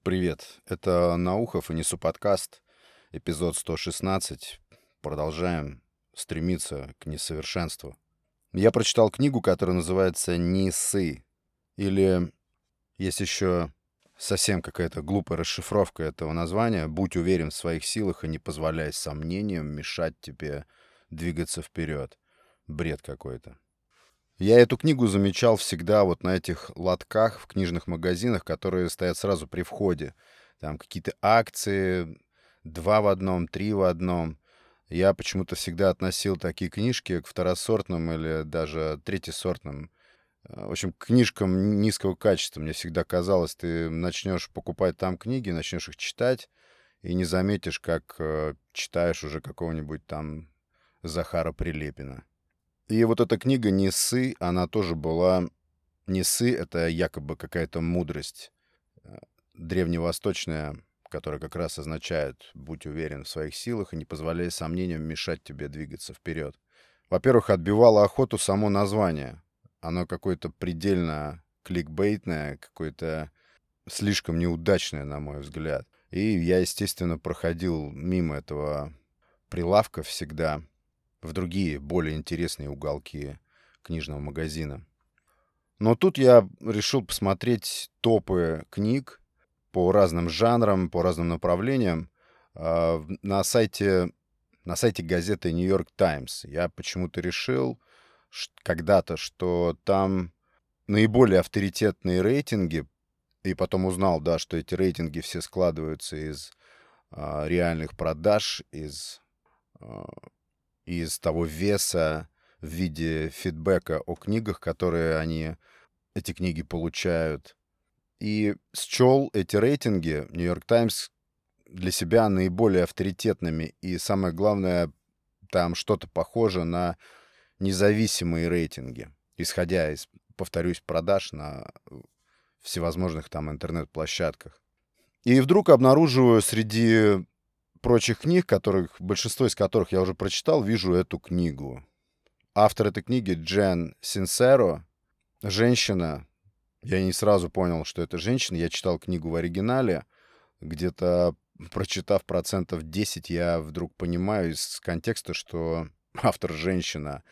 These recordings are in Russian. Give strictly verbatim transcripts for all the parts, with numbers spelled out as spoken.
Привет, это Наухов и Несу подкаст, эпизод сто шестнадцать. Продолжаем стремиться к несовершенству. Я прочитал книгу, которая называется «Не ссы», или есть еще совсем какая-то глупая расшифровка этого названия «Будь уверен в своих силах и не позволяй сомнениям мешать тебе двигаться вперед». Бред какой-то. Я эту книгу замечал всегда вот на этих лотках в книжных магазинах, которые стоят сразу при входе. Там какие-то акции, два в одном, три в одном. Я почему-то всегда относил такие книжки к второсортным или даже третьесортным. э, В общем, к книжкам низкого качества. Мне всегда казалось, ты начнешь покупать там книги, начнешь их читать, и не заметишь, как э, читаешь уже какого-нибудь там Захара Прилепина. И вот эта книга «Несы», она тоже была... Несы — это якобы какая-то мудрость э, древневосточная, которая как раз означает «будь уверен в своих силах и не позволяй сомнениям мешать тебе двигаться вперед». Во-первых, отбивало охоту само название. Оно какое-то предельно кликбейтное, какое-то слишком неудачное, на мой взгляд. И я, естественно, проходил мимо этого прилавка всегда в другие, более интересные уголки книжного магазина. Но тут я решил посмотреть топы книг по разным жанрам, по разным направлениям а, в- на сайте, на сайте газеты «Нью-Йорк Таймс». Я почему-то решил ш- когда-то, что там наиболее авторитетные рейтинги, и потом узнал, да, что эти рейтинги все складываются из а, реальных продаж, из а, из того веса в виде фидбэка о книгах, которые они, эти книги получают. И счел эти рейтинги «Нью-Йорк Таймс» для себя наиболее авторитетными. И самое главное, там что-то похоже на независимые рейтинги, исходя из, повторюсь, продаж на всевозможных там интернет-площадках. И вдруг обнаруживаю среди прочих книг, которых, большинство из которых я уже прочитал, вижу эту книгу. Автор этой книги Джен Синсеро, женщина. Я не сразу понял, что это женщина. Я читал книгу в оригинале. Где-то прочитав процентов десять, я вдруг понимаю из контекста, что автор женщина.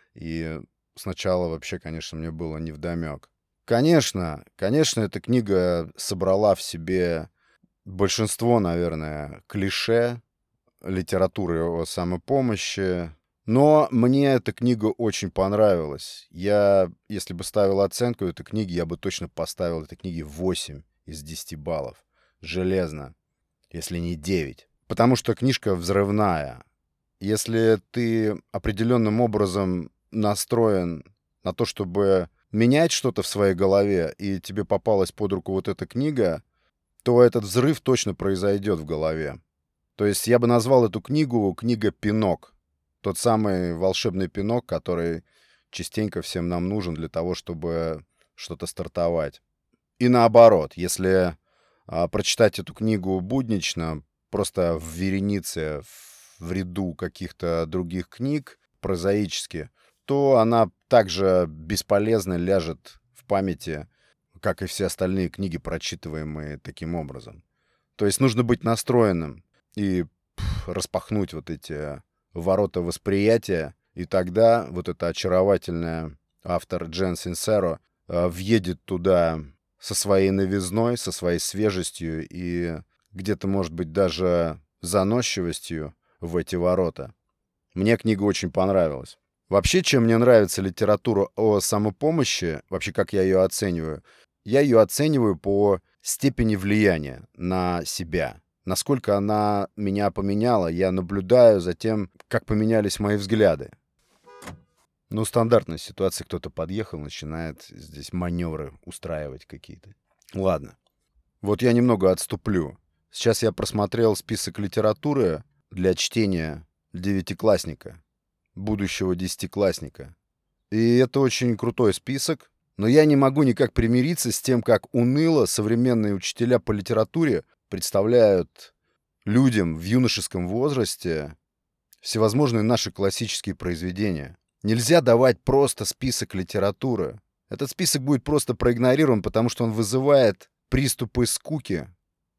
И сначала вообще, конечно, мне было невдомек. Конечно, конечно, эта книга собрала в себе большинство, наверное, клише литературы о самопомощи. Но мне эта книга очень понравилась. Я, если бы ставил оценку этой книги, я бы точно поставил этой книге восемь из десяти баллов. Железно, если не девять. Потому что книжка взрывная. Если ты определенным образом настроен на то, чтобы менять что-то в своей голове, и тебе попалась под руку вот эта книга, то этот взрыв точно произойдет в голове. То есть я бы назвал эту книгу книга «Пинок». Тот самый волшебный пинок, который частенько всем нам нужен для того, чтобы что-то стартовать. И наоборот, если а, прочитать эту книгу буднично, просто в веренице, в ряду каких-то других книг, прозаически, то она также бесполезно ляжет в памяти, как и все остальные книги, прочитываемые таким образом. То есть нужно быть настроенным и пф, распахнуть вот эти ворота восприятия, и тогда вот эта очаровательная автор Джен Синсеро э, въедет туда со своей новизной, со своей свежестью и где-то, может быть, даже заносчивостью в эти ворота. Мне книга очень понравилась. Вообще, чем мне нравится литература о самопомощи, вообще, как я ее оцениваю, я ее оцениваю по степени влияния на себя. Насколько она меня поменяла, я наблюдаю за тем, как поменялись мои взгляды. Ну, стандартная ситуация, кто-то подъехал, начинает здесь маневры устраивать какие-то. Ладно, вот я немного отступлю. Сейчас я просмотрел список литературы для чтения девятиклассника, будущего десятиклассника. И это очень крутой список, но я не могу никак примириться с тем, как уныло современные учителя по литературе представляют людям в юношеском возрасте всевозможные наши классические произведения. Нельзя давать просто список литературы. Этот список будет просто проигнорирован, потому что он вызывает приступы скуки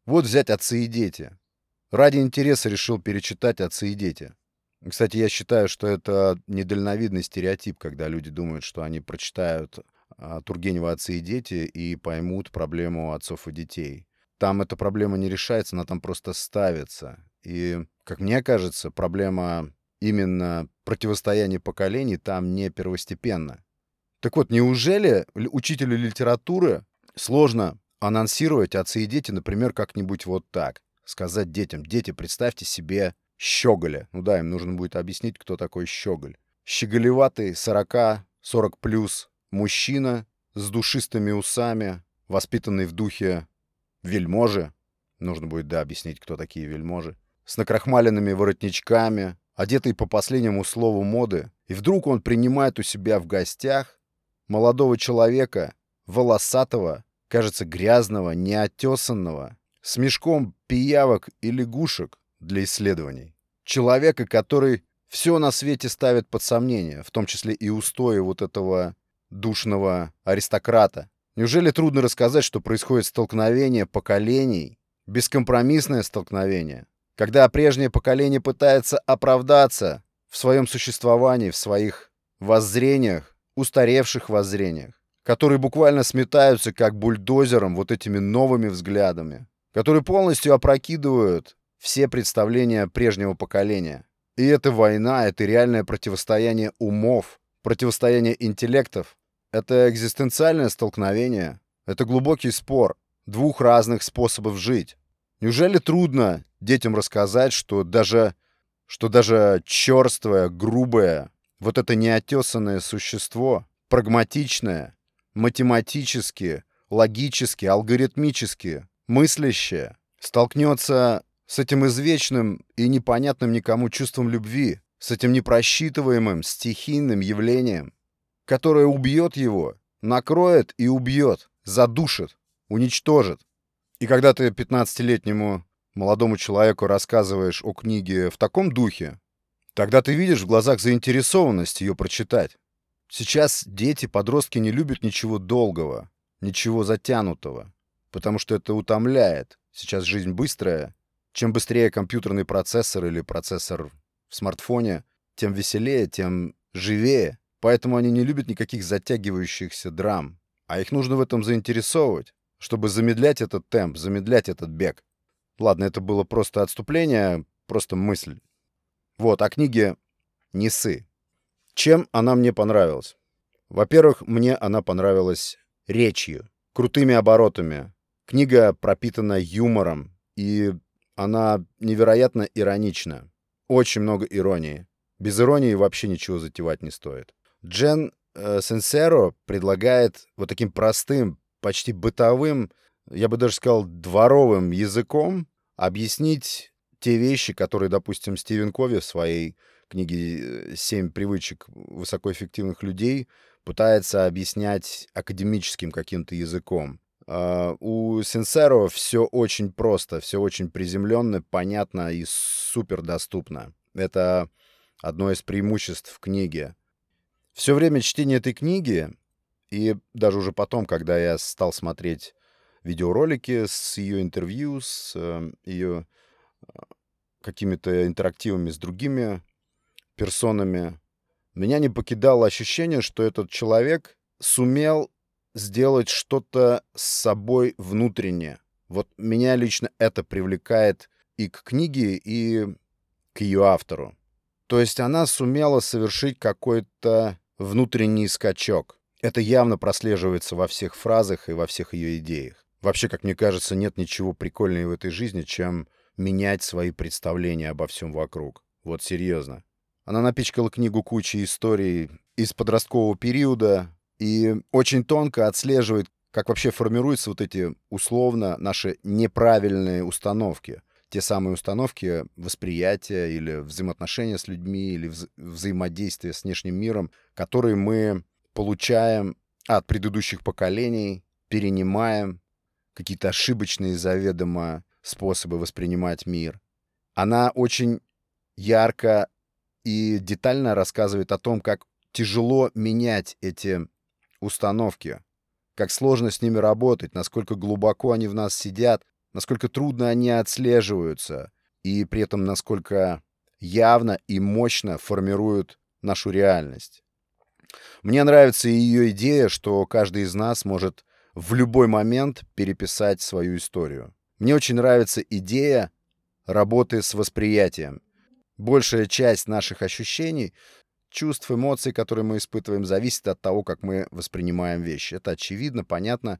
Вот взять «Отцы и дети». Ради интереса решил перечитать «Отцы и дети». Кстати, я считаю, что это недальновидный стереотип, когда люди думают, что они прочитают а, Тургенева «Отцы и дети» и поймут проблему отцов и детей. Там эта проблема не решается, она там просто ставится. И, как мне кажется, проблема именно противостояния поколений там не первостепенна. Так вот, неужели л- учителю литературы сложно анонсировать «Отцы и дети», например, как-нибудь вот так? Сказать детям: дети, представьте себе Щеголя. Ну да, им нужно будет объяснить, кто такой Щеголь. Щеголеватый сорок плюс мужчина с душистыми усами, воспитанный в духе вельможи. Нужно будет, да, объяснить, кто такие вельможи. С накрахмаленными воротничками, одетый по последнему слову моды. И вдруг он принимает у себя в гостях молодого человека, волосатого, кажется, грязного, неотесанного, с мешком пиявок и лягушек для исследований. Человека, который все на свете ставит под сомнение, в том числе и устои вот этого душного аристократа. Неужели трудно рассказать, что происходит столкновение поколений, бескомпромиссное столкновение, когда прежнее поколение пытается оправдаться в своем существовании, в своих воззрениях, устаревших воззрениях, которые буквально сметаются как бульдозером вот этими новыми взглядами, которые полностью опрокидывают все представления прежнего поколения. И это война, это реальное противостояние умов, противостояние интеллектов. Это экзистенциальное столкновение, это глубокий спор двух разных способов жить. Неужели трудно детям рассказать, что даже, что даже черствое, грубое, вот это неотесанное существо, прагматичное, математически, логически, алгоритмически, мыслящее, столкнется с этим извечным и непонятным никому чувством любви, с этим непросчитываемым стихийным явлением, которое убьет его, накроет и убьет, задушит, уничтожит. И когда ты пятнадцатилетнему молодому человеку рассказываешь о книге в таком духе, тогда ты видишь в глазах заинтересованность ее прочитать. Сейчас дети, подростки не любят ничего долгого, ничего затянутого, потому что это утомляет. Сейчас жизнь быстрая. Чем быстрее компьютерный процессор или процессор в смартфоне, тем веселее, тем живее. Поэтому они не любят никаких затягивающихся драм. А их нужно в этом заинтересовывать, чтобы замедлять этот темп, замедлять этот бег. Ладно, это было просто отступление, просто мысль. Вот, о книге «Не ссы». Чем она мне понравилась? Во-первых, мне она понравилась речью, крутыми оборотами. Книга пропитана юмором, и она невероятно иронична. Очень много иронии. Без иронии вообще ничего затевать не стоит. Джен э, Синсеро предлагает вот таким простым, почти бытовым, я бы даже сказал, дворовым языком объяснить те вещи, которые, допустим, Стивен Кови в своей книге «Семь привычек высокоэффективных людей» пытается объяснять академическим каким-то языком. Uh, у Синсеро все очень просто, все очень приземленно, понятно и супер доступно. Это одно из преимуществ книги. Все время чтения этой книги, и даже уже потом, когда я стал смотреть видеоролики с ее интервью, с uh, ее uh, какими-то интерактивами с другими персонами, меня не покидало ощущение, что этот человек сумел сделать что-то с собой внутреннее. Вот меня лично это привлекает и к книге, и к ее автору. То есть она сумела совершить какой-то внутренний скачок. Это явно прослеживается во всех фразах и во всех ее идеях. Вообще, как мне кажется, нет ничего прикольнее в этой жизни, чем менять свои представления обо всем вокруг. Вот серьезно. Она напичкала книгу кучей историй из подросткового периода, и очень тонко отслеживает, как вообще формируются вот эти условно наши неправильные установки. Те самые установки восприятия или взаимоотношения с людьми, или вза- взаимодействия с внешним миром, которые мы получаем от предыдущих поколений, перенимаем какие-то ошибочные заведомо способы воспринимать мир. Она очень ярко и детально рассказывает о том, как тяжело менять эти установки, как сложно с ними работать, насколько глубоко они в нас сидят, насколько трудно они отслеживаются, и при этом насколько явно и мощно формируют нашу реальность. Мне нравится ее идея, что каждый из нас может в любой момент переписать свою историю. Мне очень нравится идея работы с восприятием. Большая часть наших ощущений, чувств, эмоций, которые мы испытываем, зависит от того, как мы воспринимаем вещи. Это очевидно, понятно,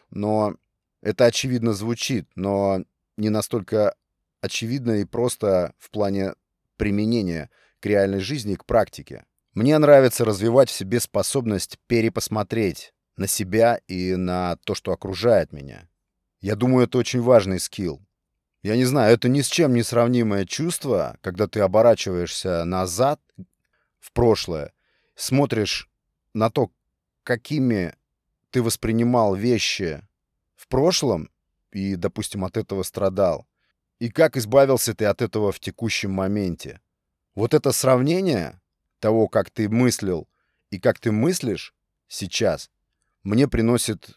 но это очевидно звучит, но не настолько очевидно и просто в плане применения к реальной жизни и к практике. Мне нравится развивать в себе способность перепосмотреть на себя и на то, что окружает меня. Я думаю, это очень важный скилл. Я не знаю, это ни с чем не сравнимое чувство, когда ты оборачиваешься назад, в прошлое, смотришь на то, какими ты воспринимал вещи в прошлом и, допустим, от этого страдал, и как избавился ты от этого в текущем моменте. Вот это сравнение того, как ты мыслил и как ты мыслишь сейчас, мне приносит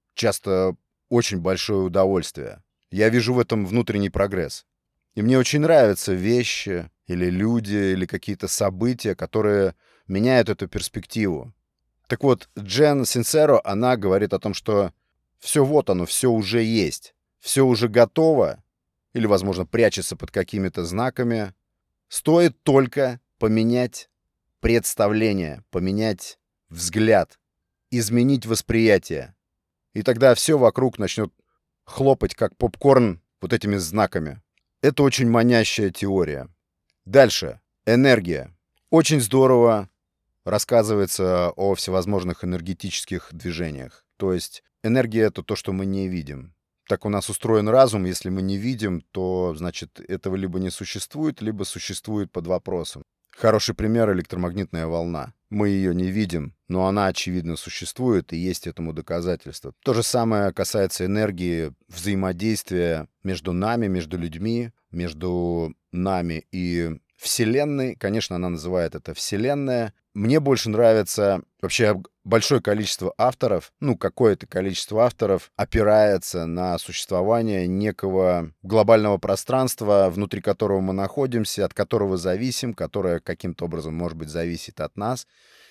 часто очень большое удовольствие. Я вижу в этом внутренний прогресс. И мне очень нравятся вещи или люди, или какие-то события, которые меняют эту перспективу. Так вот, Джен Синсеро, она говорит о том, что все вот оно, все уже есть, все уже готово, или, возможно, прячется под какими-то знаками. Стоит только поменять представление, поменять взгляд, изменить восприятие. И тогда все вокруг начнет хлопать, как попкорн, вот этими знаками. Это очень манящая теория. Дальше. Энергия. Очень здорово рассказывается о всевозможных энергетических движениях. То есть энергия — это то, что мы не видим. Так у нас устроен разум, если мы не видим, то, значит, этого либо не существует, либо существует под вопросом. Хороший пример — электромагнитная волна. Мы ее не видим, но она, очевидно, существует, и есть этому доказательство. То же самое касается энергии взаимодействия между нами, между людьми, между нами и Вселенной. Конечно, она называет это Вселенная. Мне больше нравится вообще большое количество авторов, ну, какое-то количество авторов опирается на существование некого глобального пространства, внутри которого мы находимся, от которого зависим, которое каким-то образом, может быть, зависит от нас.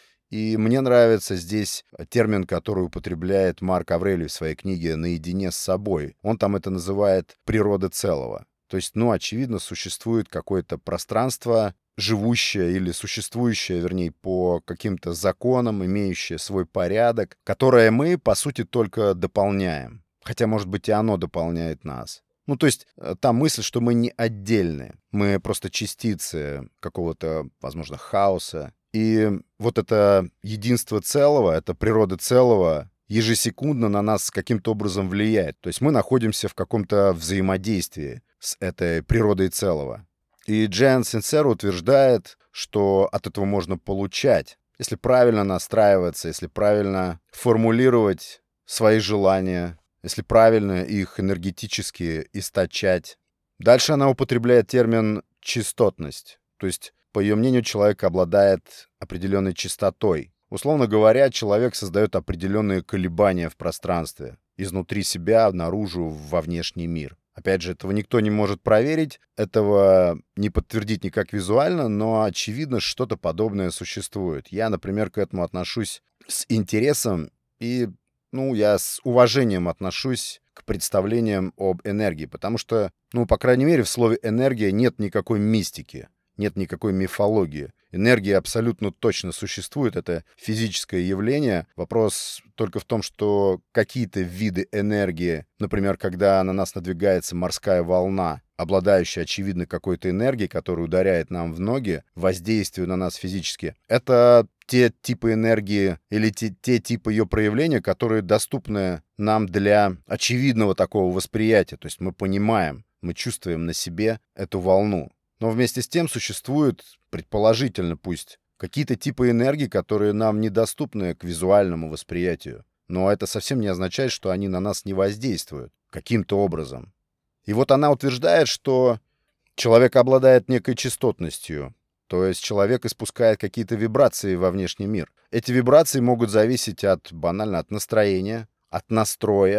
И мне нравится здесь термин, который употребляет Марк Аврелий в своей книге «Наедине с собой». Он там это называет «природа целого». То есть, ну, очевидно, существует какое-то пространство, живущее или существующее, вернее, по каким-то законам, имеющее свой порядок, которое мы, по сути, только дополняем. Хотя, может быть, и оно дополняет нас. Ну, то есть, та мысль, что мы не отдельные, мы просто частицы какого-то, возможно, хаоса. И вот это единство целого, это природа целого, ежесекундно на нас каким-то образом влияет. То есть мы находимся в каком-то взаимодействии с этой природой целого. И Джен Синсеро утверждает, что от этого можно получать, если правильно настраиваться, если правильно формулировать свои желания, если правильно их энергетически источать. Дальше она употребляет термин «частотность». То есть, по ее мнению, человек обладает определенной частотой. Условно говоря, человек создает определенные колебания в пространстве, изнутри себя, наружу, во внешний мир. Опять же, этого никто не может проверить, этого не подтвердить никак визуально, но очевидно, что-то подобное существует. Я, например, к этому отношусь с интересом и, ну, я с уважением отношусь к представлениям об энергии, потому что, ну, по крайней мере, в слове «энергия» нет никакой мистики, нет никакой мифологии. Энергия абсолютно точно существует, это физическое явление. Вопрос только в том, что какие-то виды энергии, например, когда на нас надвигается морская волна, обладающая, очевидно, какой-то энергией, которая ударяет нам в ноги, воздействие на нас физически, это те типы энергии или те, те типы ее проявления, которые доступны нам для очевидного такого восприятия. То есть мы понимаем, мы чувствуем на себе эту волну. Но вместе с тем существуют, предположительно пусть, какие-то типы энергии, которые нам недоступны к визуальному восприятию. Но это совсем не означает, что они на нас не воздействуют каким-то образом. И вот она утверждает, что человек обладает некой частотностью, то есть человек испускает какие-то вибрации во внешний мир. Эти вибрации могут зависеть от, банально, от настроения, от настроя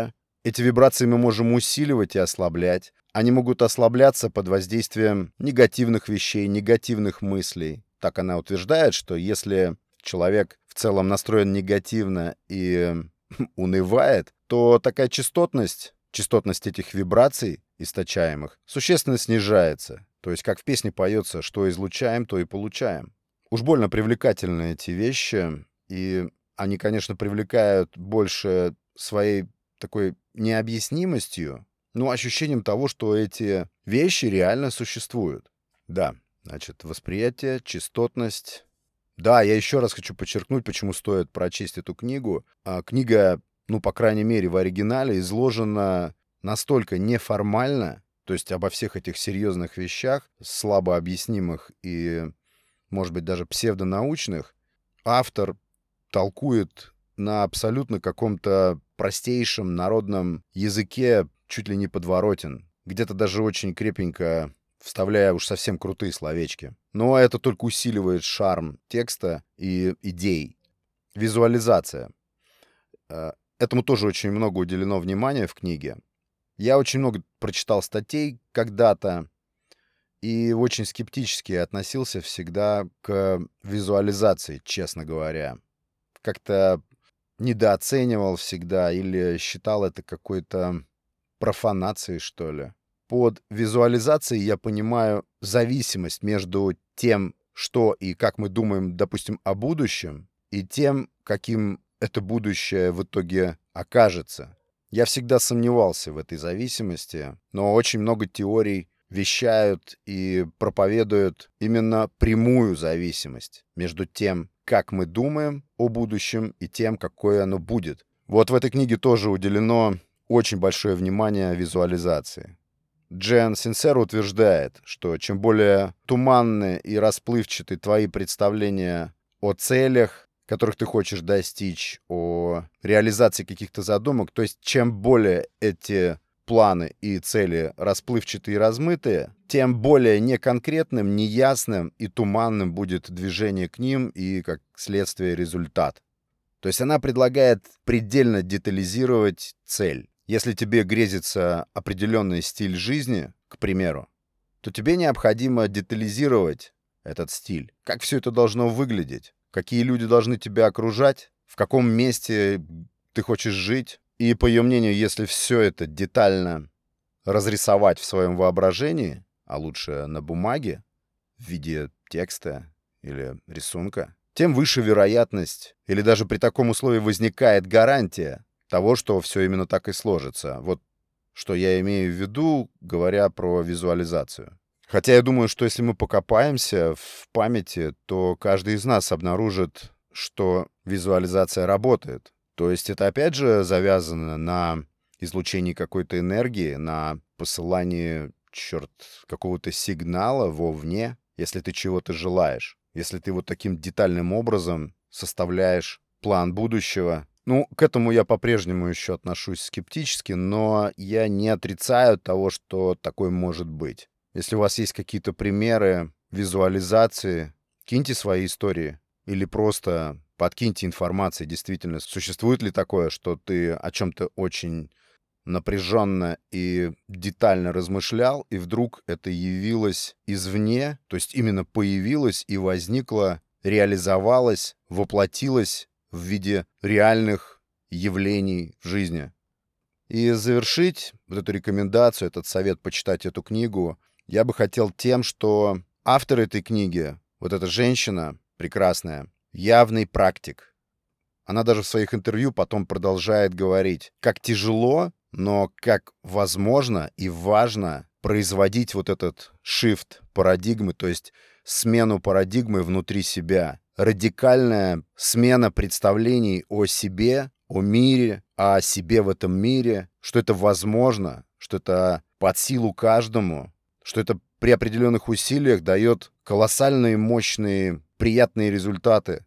Эти вибрации мы можем усиливать и ослаблять. Они могут ослабляться под воздействием негативных вещей, негативных мыслей. Так она утверждает, что если человек в целом настроен негативно и унывает, то такая частотность, частотность этих вибраций, источаемых, существенно снижается. То есть, как в песне поется, что излучаем, то и получаем. Уж больно привлекательны эти вещи, и они, конечно, привлекают больше своей такой необъяснимостью, но ощущением того, что эти вещи реально существуют. Да, значит, восприятие, частотность. Да, я еще раз хочу подчеркнуть, почему стоит прочесть эту книгу. А, книга, ну, по крайней мере, в оригинале изложена настолько неформально, то есть обо всех этих серьезных вещах, слабо объяснимых и, может быть, даже псевдонаучных, автор толкует на абсолютно каком-то простейшем народном языке, чуть ли не подворотен, где-то даже очень крепенько вставляя уж совсем крутые словечки. Но это только усиливает шарм текста и идей. Визуализация. Э, Этому тоже очень много уделено внимания в книге. Я очень много прочитал статей когда-то и очень скептически относился всегда к визуализации, честно говоря. Как-то недооценивал всегда или считал это какой-то профанацией, что ли. Под визуализацией я понимаю зависимость между тем, что и как мы думаем, допустим, о будущем, и тем, каким это будущее в итоге окажется. Я всегда сомневался в этой зависимости, но очень много теорий вещают и проповедуют именно прямую зависимость между тем, как мы думаем о будущем, и тем, какое оно будет. Вот в этой книге тоже уделено очень большое внимание визуализации. Джен Синсеро утверждает, что чем более туманны и расплывчаты твои представления о целях, которых ты хочешь достичь, о реализации каких-то задумок, то есть чем более эти планы и цели расплывчатые и размытые, тем более неконкретным, неясным и туманным будет движение к ним и, как следствие, результат. То есть она предлагает предельно детализировать цель. Если тебе грезится определенный стиль жизни, к примеру, то тебе необходимо детализировать этот стиль. Как все это должно выглядеть? Какие люди должны тебя окружать? В каком месте ты хочешь жить? И, по ее мнению, если все это детально разрисовать в своем воображении, а лучше на бумаге, в виде текста или рисунка, тем выше вероятность, или даже при таком условии возникает гарантия того, что все именно так и сложится. Вот что я имею в виду, говоря про визуализацию. Хотя я думаю, что если мы покопаемся в памяти, то каждый из нас обнаружит, что визуализация работает. То есть это опять же завязано на излучении какой-то энергии, на посылании, черт, какого-то сигнала вовне, если ты чего-то желаешь. Если ты вот таким детальным образом составляешь план будущего. Ну, к этому я по-прежнему еще отношусь скептически, но я не отрицаю того, что такое может быть. Если у вас есть какие-то примеры визуализации, киньте свои истории или просто подкиньте информации, действительно, существует ли такое, что ты о чем-то очень напряженно и детально размышлял, и вдруг это явилось извне, то есть именно появилось и возникло, реализовалось, воплотилось в виде реальных явлений в жизни. И завершить вот эту рекомендацию, этот совет почитать эту книгу, я бы хотел тем, что автор этой книги, вот эта женщина прекрасная, явный практик. Она даже в своих интервью потом продолжает говорить, как тяжело, но как возможно и важно производить вот этот shift парадигмы, то есть смену парадигмы внутри себя. Радикальная смена представлений о себе, о мире, о себе в этом мире, что это возможно, что это под силу каждому, что это при определенных усилиях дает колоссальные, мощные, приятные результаты.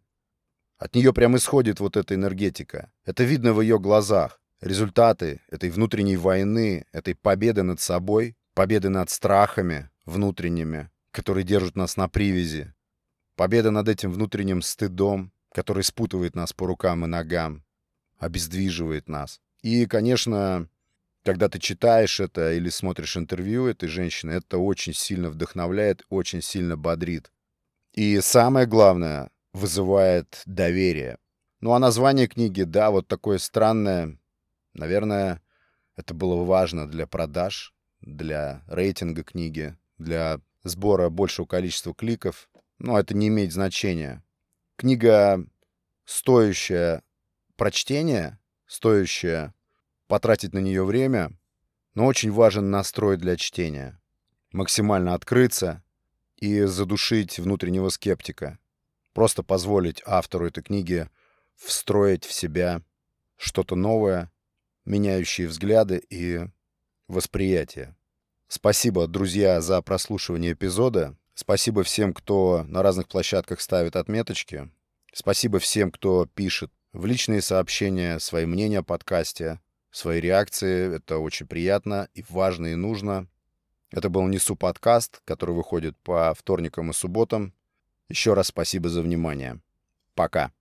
От нее прям исходит вот эта энергетика. Это видно в ее глазах. Результаты этой внутренней войны, этой победы над собой, победы над страхами внутренними, которые держат нас на привязи, победа над этим внутренним стыдом, который спутывает нас по рукам и ногам, обездвиживает нас. И, конечно, Когда ты читаешь это или смотришь интервью этой женщины, это очень сильно вдохновляет, очень сильно бодрит. И самое главное, вызывает доверие. Ну, а название книги, да, вот такое странное. Наверное, это было важно для продаж, для рейтинга книги, для сбора большего количества кликов. Но это не имеет значения. Книга стоящая прочтения, стоящая потратить на нее время, но очень важен настрой для чтения. Максимально открыться и задушить внутреннего скептика. Просто позволить автору этой книги встроить в себя что-то новое, меняющие взгляды и восприятие. Спасибо, друзья, за прослушивание эпизода. Спасибо всем, кто на разных площадках ставит отметочки. Спасибо всем, кто пишет в личные сообщения свои мнения о подкасте, свои реакции. Это очень приятно и важно и нужно. Это был Несу подкаст, который выходит по вторникам и субботам. Еще раз спасибо за внимание. Пока.